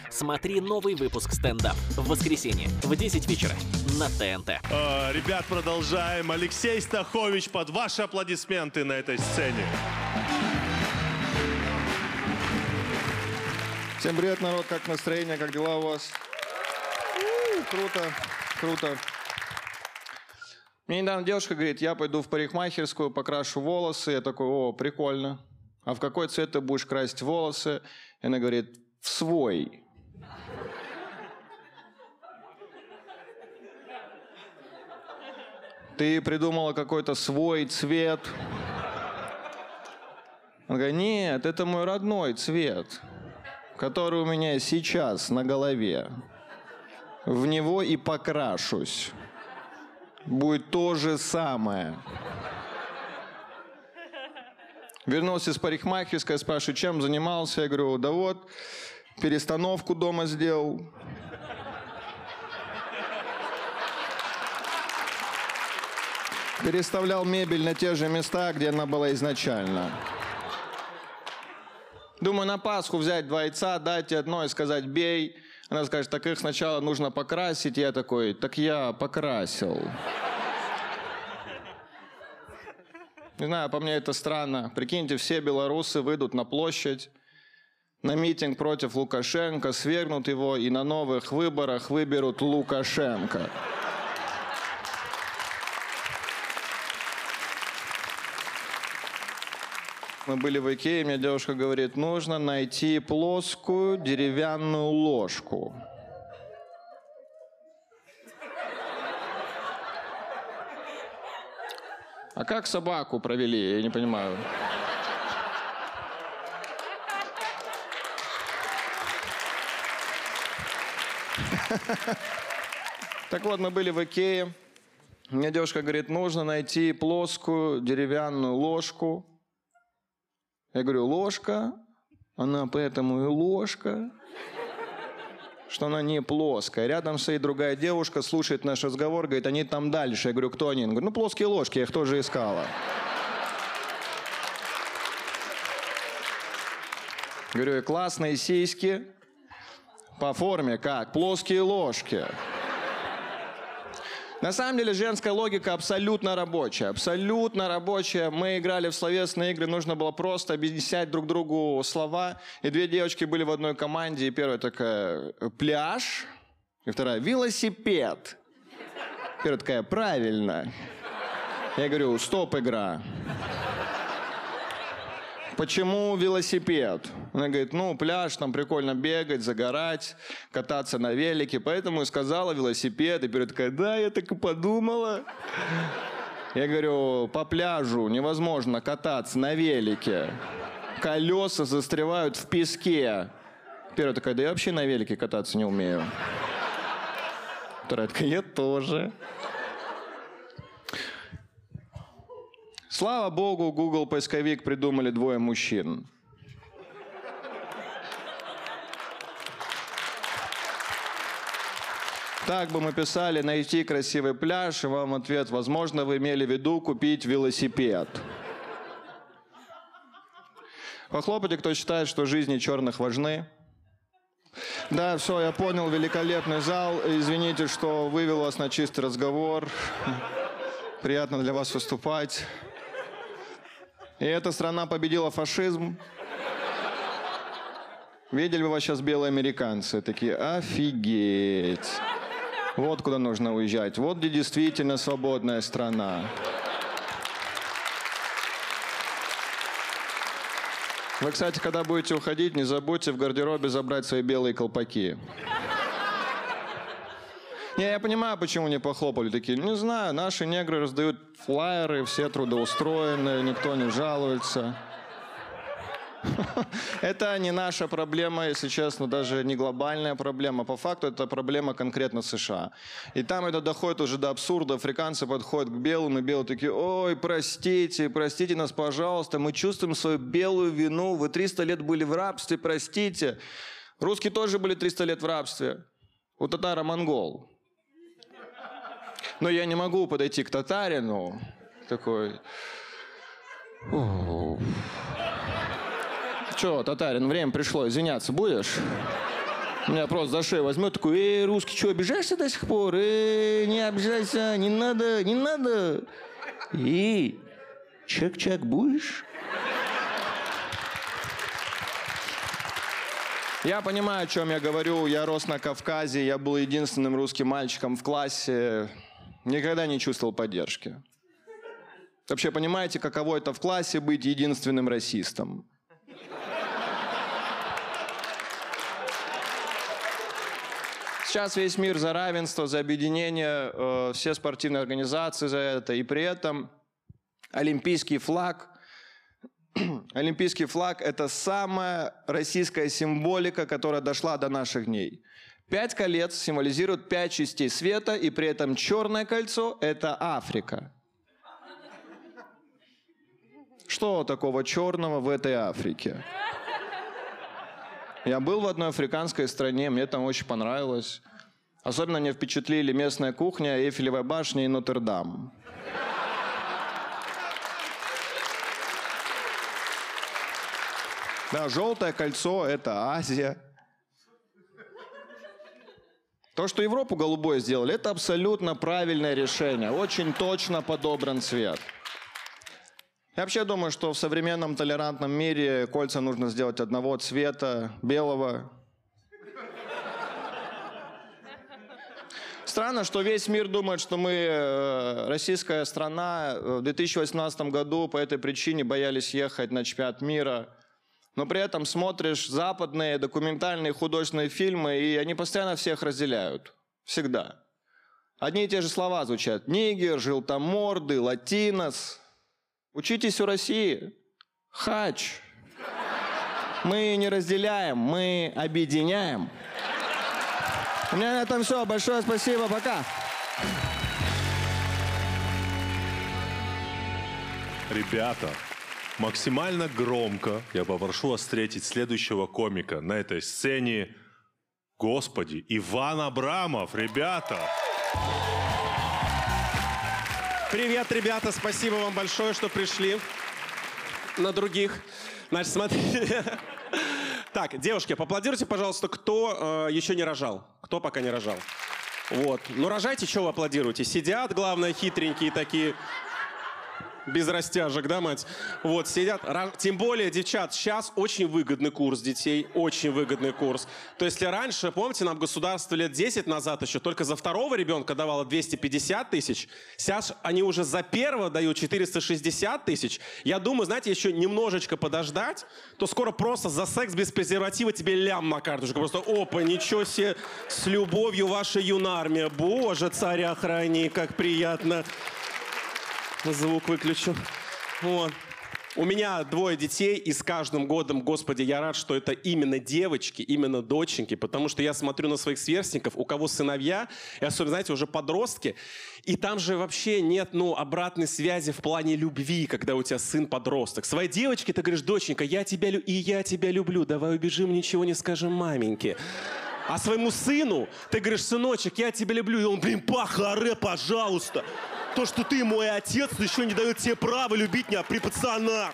Смотри новый выпуск «Стендап» в воскресенье в 10 вечера на ТНТ. Ребят, продолжаем. Алексей Стахович, под ваши аплодисменты на этой сцене. Всем привет, народ, как настроение, как дела у вас? Круто, круто. Мне недавно девушка говорит, я пойду в парикмахерскую, покрашу волосы. Я такой, о, прикольно. А в какой цвет ты будешь красить волосы? И она говорит, в свой. Ты придумала какой-то свой цвет? Она говорит, нет, это мой родной цвет, который у меня сейчас на голове. В него и покрашусь. Будет то же самое. Вернулся из парикмахерской, спрашиваю, чем занимался? Я говорю, да вот, перестановку дома сделал. Переставлял мебель на те же места, где она была изначально. Думаю, на Пасху взять 2 яйца, дать ей одно и сказать «бей». Она скажет, так их сначала нужно покрасить. Я такой, так я покрасил. Не знаю, по мне это странно. Прикиньте, все белорусы выйдут на площадь, на митинг против Лукашенко, свергнут его и на новых выборах выберут Лукашенко. Мы были в Икее, мне девушка говорит, нужно найти плоскую деревянную ложку. А как собаку провели, я не понимаю. Так вот, мы были в Икее. Мне девушка говорит, нужно найти плоскую деревянную ложку. Я говорю, ложка, она поэтому и ложка, что она не плоская. Рядом стоит другая девушка, слушает наш разговор, говорит, они там дальше. Я говорю, кто они? Она говорит, ну, плоские ложки, я их тоже искала. Говорю, классные сиськи, по форме как? Плоские ложки. На самом деле женская логика абсолютно рабочая. Абсолютно рабочая. Мы играли в словесные игры, нужно было просто объяснять друг другу слова. И 2 девочки были в одной команде. И первая такая «пляж», и вторая «велосипед». Первая такая «правильно». Я говорю «стоп, игра». Почему велосипед? Она говорит, ну, пляж, там прикольно бегать, загорать, кататься на велике. Поэтому и сказала велосипед. И первая такая, да, я так и подумала. Я говорю, по пляжу невозможно кататься на велике. Колеса застревают в песке. Первая такая, да я вообще на велике кататься не умею. Вторая такая, я тоже. Слава богу, Google поисковик придумали 2 мужчин. Так бы мы писали, найти красивый пляж, и вам ответ, возможно, вы имели в виду купить велосипед. Похлопайте, кто считает, что жизни черных важны. Да, все, я понял, великолепный зал. Извините, что вывел вас на чистый разговор. Приятно для вас выступать. И эта страна победила фашизм. Видели бы вас сейчас белые американцы? Такие, офигеть. Вот куда нужно уезжать. Вот где действительно свободная страна. Вы, кстати, когда будете уходить, не забудьте в гардеробе забрать свои белые колпаки. Не, я понимаю, почему не похлопали. Такие, не знаю, наши негры раздают флаеры, все трудоустроены, никто не жалуется. Это не наша проблема, если честно, даже не глобальная проблема. По факту это проблема конкретно США. И там это доходит уже до абсурда. Африканцы подходят к белым, и белые такие, ой, простите, простите нас, пожалуйста, мы чувствуем свою белую вину, вы 300 лет были в рабстве, простите. Русские тоже были 300 лет в рабстве. У татаро-монгол. Но я не могу подойти к татарину. Такой... Че, татарин, время пришло, извиняться будешь? Меня просто за шею возьмет, такой, русский, что, обижаешься до сих пор? Не обижайся, не надо, не надо. Чак-чак будешь? Я понимаю, о чем я говорю. Я рос на Кавказе, я был единственным русским мальчиком в классе. Никогда не чувствовал поддержки. Вообще, понимаете, каково это в классе быть единственным расистом? Сейчас весь мир за равенство, за объединение, все спортивные организации за это. И при этом олимпийский флаг – это самая российская символика, которая дошла до наших дней. 5 колец символизируют 5 частей света, и при этом черное кольцо – это Африка. Что такого черного в этой Африке? Я был в одной африканской стране, мне там очень понравилось. Особенно меня впечатлили местная кухня, Эйфелевая башня и Нотр-Дам. Да, желтое кольцо – это Азия. То, что Европу голубой сделали, это абсолютно правильное решение. Очень точно подобран цвет. Я вообще думаю, что в современном толерантном мире кольца нужно сделать одного цвета, белого. Странно, что весь мир думает, что мы российская страна. В 2018 году по этой причине боялись ехать на чемпионат мира. Но при этом смотришь западные документальные художественные фильмы, и они постоянно всех разделяют. Всегда. Одни и те же слова звучат. Нигер, желтомордый, латинос. Учитесь у России. Хач. Мы не разделяем, мы объединяем. У меня на этом все. Большое спасибо. Пока. Ребята, максимально громко я попрошу вас встретить следующего комика на этой сцене. Господи, Иван Абрамов, ребята! Привет, ребята, спасибо вам большое, что пришли на других. Значит, смотрите. Так, девушки, поаплодируйте, пожалуйста, кто еще не рожал. Кто пока не рожал. Вот. Ну, рожайте, что вы аплодируете? Сидят, главное, хитренькие такие, без растяжек, да, мать? Вот, сидят. Тем более, девчат, сейчас очень выгодный курс детей, очень выгодный курс. То есть, если раньше, помните, нам государство лет 10 назад еще только за второго ребенка давало 250 тысяч, сейчас они уже за первого дают 460 тысяч. Я думаю, знаете, еще немножечко подождать, то скоро просто за секс без презерватива тебе лям на карточку. Просто, опа, ничего себе, с любовью ваша юнармия. Боже, царя храни, как приятно. Звук выключу. Вот. У меня 2 детей, и с каждым годом, господи, я рад, что это именно девочки, именно доченьки, потому что я смотрю на своих сверстников, у кого сыновья, и особенно, знаете, уже подростки, и там же вообще нет, обратной связи в плане любви, когда у тебя сын подросток. Своей девочке ты говоришь: доченька, я тебя люблю, давай убежим, ничего не скажем маменьке. А своему сыну ты говоришь: сыночек, я тебя люблю, и он, блин, харе, пожалуйста. То, что ты мой отец, еще не дает тебе права любить меня при пацанах.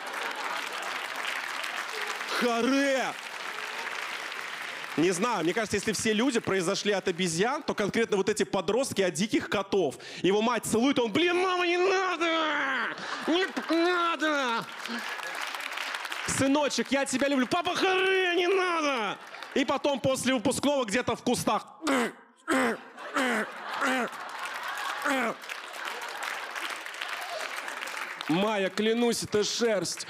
Харе! Не знаю, мне кажется, если все люди произошли от обезьян, то конкретно вот эти подростки от диких котов. Его мать целует, он: блин, мама, не надо! Не надо! Сыночек, я тебя люблю. Папа, харе, не надо! И потом после выпускного где-то в кустах. Майя, клянусь, это шерсть.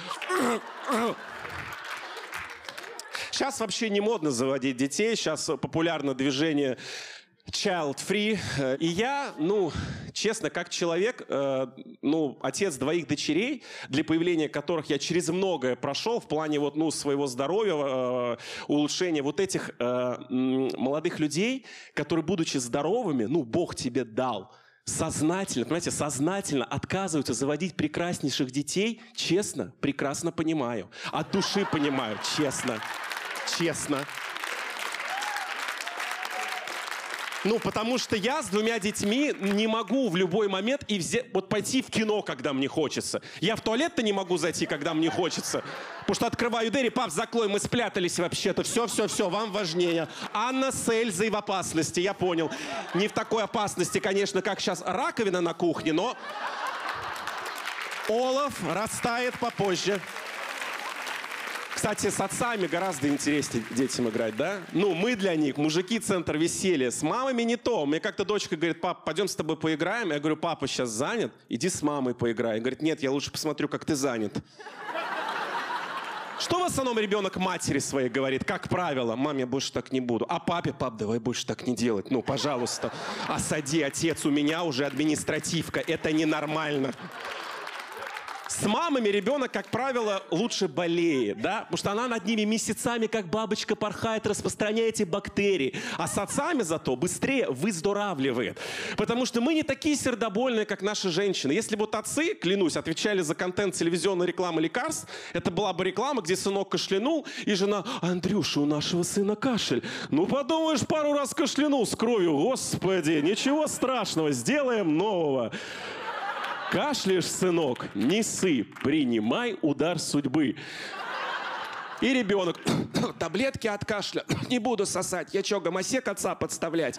Сейчас вообще не модно заводить детей. Сейчас популярно движение child free. И я, честно, как человек, отец 2 дочерей, для появления которых я через многое прошел в плане своего здоровья, улучшения вот этих молодых людей, которые, будучи здоровыми, Бог тебе дал, сознательно, понимаете, сознательно отказываются заводить прекраснейших детей, честно, прекрасно понимаю. От души понимаю, честно. Честно. Ну, потому что я с 2 детьми не могу в любой момент вот пойти в кино, когда мне хочется. Я в туалет-то не могу зайти, когда мне хочется. Потому что открываю дверь, пап, заклой, мы спрятались вообще-то. Все, вам важнее. Анна с Эльзой в опасности, я понял. Не в такой опасности, конечно, как сейчас раковина на кухне, но... Олаф растает попозже. Кстати, с отцами гораздо интереснее детям играть, да? Ну, мы для них, мужики, центр веселья. С мамами не то. Мне как-то дочка говорит, пап, пойдем с тобой поиграем. Я говорю, папа сейчас занят, иди с мамой поиграй. Говорит, нет, я лучше посмотрю, как ты занят. Что в основном ребенок матери своей говорит? Как правило, мам, я больше так не буду. А папе, пап, давай больше так не делать. Ну, пожалуйста, осади, отец, у меня уже административка. Это ненормально. С мамами ребенок, как правило, лучше болеет, да? Потому что она над ними месяцами, как бабочка, порхает, распространяет эти бактерии. А с отцами зато быстрее выздоравливает. Потому что мы не такие сердобольные, как наши женщины. Если бы вот отцы, клянусь, отвечали за контент телевизионной рекламы лекарств, это была бы реклама, где сынок кашлянул, и жена, Андрюша, у нашего сына кашель. Ну, подумаешь, пару раз кашлянул с кровью, господи, ничего страшного, сделаем нового. Кашляешь, сынок, не ссы, принимай удар судьбы. И ребенок, таблетки от кашля, не буду сосать, я что, гомосек отца подставлять?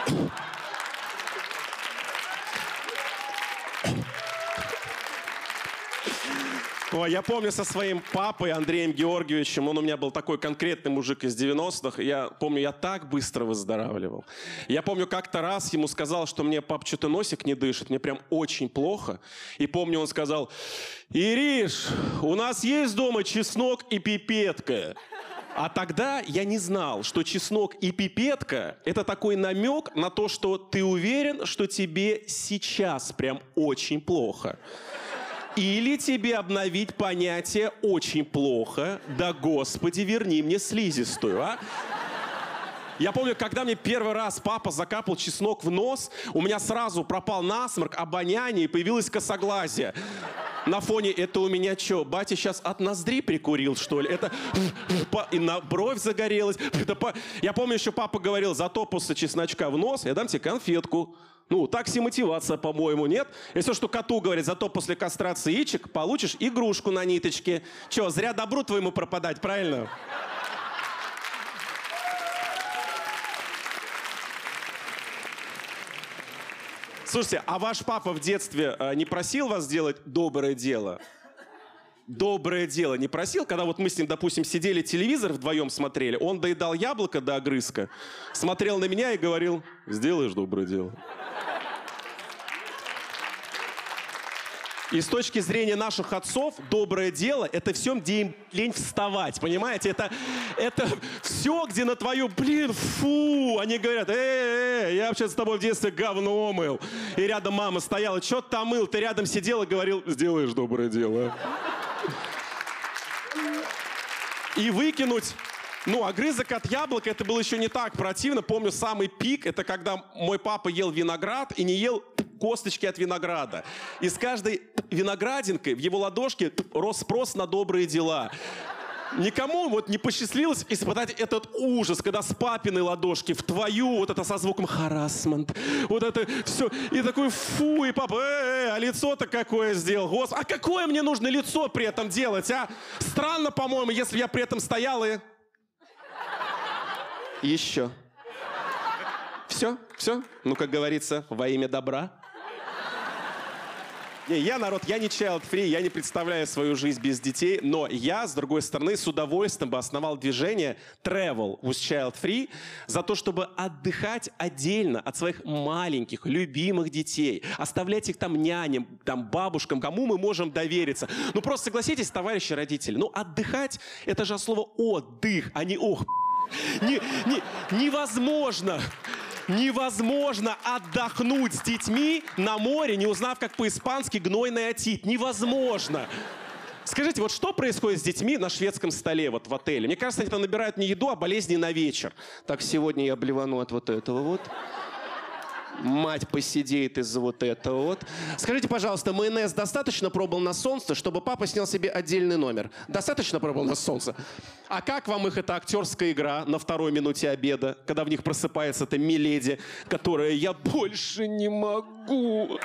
Ой, я помню со своим папой Андреем Георгиевичем, он у меня был такой конкретный мужик из 90-х, я помню, я так быстро выздоравливал. Я помню, как-то раз ему сказал, что мне, пап, что-то носик не дышит, мне прям очень плохо. И помню, он сказал, Ириш, у нас есть дома чеснок и пипетка. А тогда я не знал, что чеснок и пипетка – это такой намек на то, что ты уверен, что тебе сейчас прям очень плохо. Или тебе обновить понятие «очень плохо», да, Господи, верни мне слизистую, а? Я помню, когда мне первый раз папа закапал чеснок в нос, у меня сразу пропал насморк, обоняние и появилось косоглазие. На фоне «это у меня что, батя сейчас от ноздри прикурил, что ли?» Это и на бровь загорелась. Я помню, еще папа говорил, зато после чесночка в нос я дам тебе конфетку. Ну, такси мотивация, по-моему, нет? Если что коту говорит, зато после кастрации яичек получишь игрушку на ниточке. Че, зря добру твоему пропадать, правильно? Слушайте, а ваш папа в детстве не просил вас сделать доброе дело? Доброе дело не просил? Когда вот мы с ним, допустим, сидели, телевизор вдвоем смотрели, он доедал яблоко до огрызка, смотрел на меня и говорил, сделаешь доброе дело. И с точки зрения наших отцов, доброе дело – это все, где им лень вставать, понимаете? Это все, где на твою, фу, они говорят, я вообще с тобой в детстве говно мыл. И рядом мама стояла, что ты там мыл? Ты рядом сидел и говорил, сделаешь доброе дело. И выкинуть, огрызок от яблока, это было еще не так противно. Помню, самый пик, это когда мой папа ел виноград и не ел косточки от винограда. И с каждой виноградинкой в его ладошке рос спрос на добрые дела. Никому вот не посчастливилось испытать этот ужас, когда с папиной ладошки в твою, вот это со звуком харассмент, вот это все, и такой фу, и папа, а лицо-то какое сделал, господи, а какое мне нужно лицо при этом делать, а? Странно, по-моему, если я при этом стоял и... Еще. Все? Ну, как говорится, во имя добра. Я не child free, я не представляю свою жизнь без детей, но я, с другой стороны, с удовольствием бы основал движение Travel with Child Free за то, чтобы отдыхать отдельно от своих маленьких, любимых детей, оставлять их там няням, там бабушкам, кому мы можем довериться. Ну просто согласитесь, товарищи родители, отдыхать — это же слово «отдых», а не «ох». Невозможно отдохнуть с детьми на море, не узнав, как по-испански гнойный отит. Невозможно. Скажите, вот что происходит с детьми на шведском столе вот в отеле? Мне кажется, они там набирают не еду, а болезни на вечер. Так, сегодня я блевану от вот этого вот. Мать посидеет из-за вот этого вот. Скажите, пожалуйста, майонез достаточно пробовал на солнце, чтобы папа снял себе отдельный номер? Достаточно пробовал на солнце? А как вам их эта актерская игра на 2-й минуте обеда, когда в них просыпается эта миледи, которая «я больше не могу».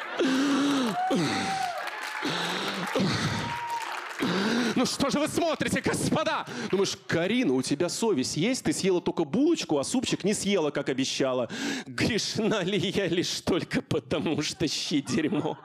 Ну что же вы смотрите, господа? Думаешь, Карина, у тебя совесть есть? Ты съела только булочку, а супчик не съела, как обещала. Грешна ли я лишь только потому, что щи дерьмо?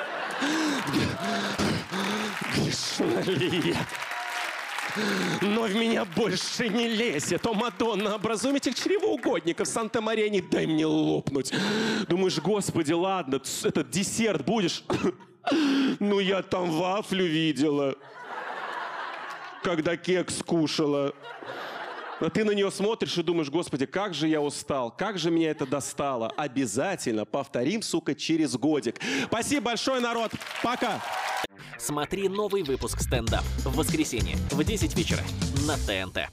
Грешна ли я? Но в меня больше не лезет. О, Мадонна, образуем этих чревоугодников. Санта-Мария, не дай мне лопнуть. Думаешь, господи, ладно, этот десерт будешь? Ну, я там вафлю видела, когда кекс кушала. А ты на нее смотришь и думаешь, господи, как же я устал, как же меня это достало. Обязательно повторим, сука, через годик. Спасибо большое, народ. Пока. Смотри новый выпуск «Стендап» в воскресенье в 10 вечера на ТНТ.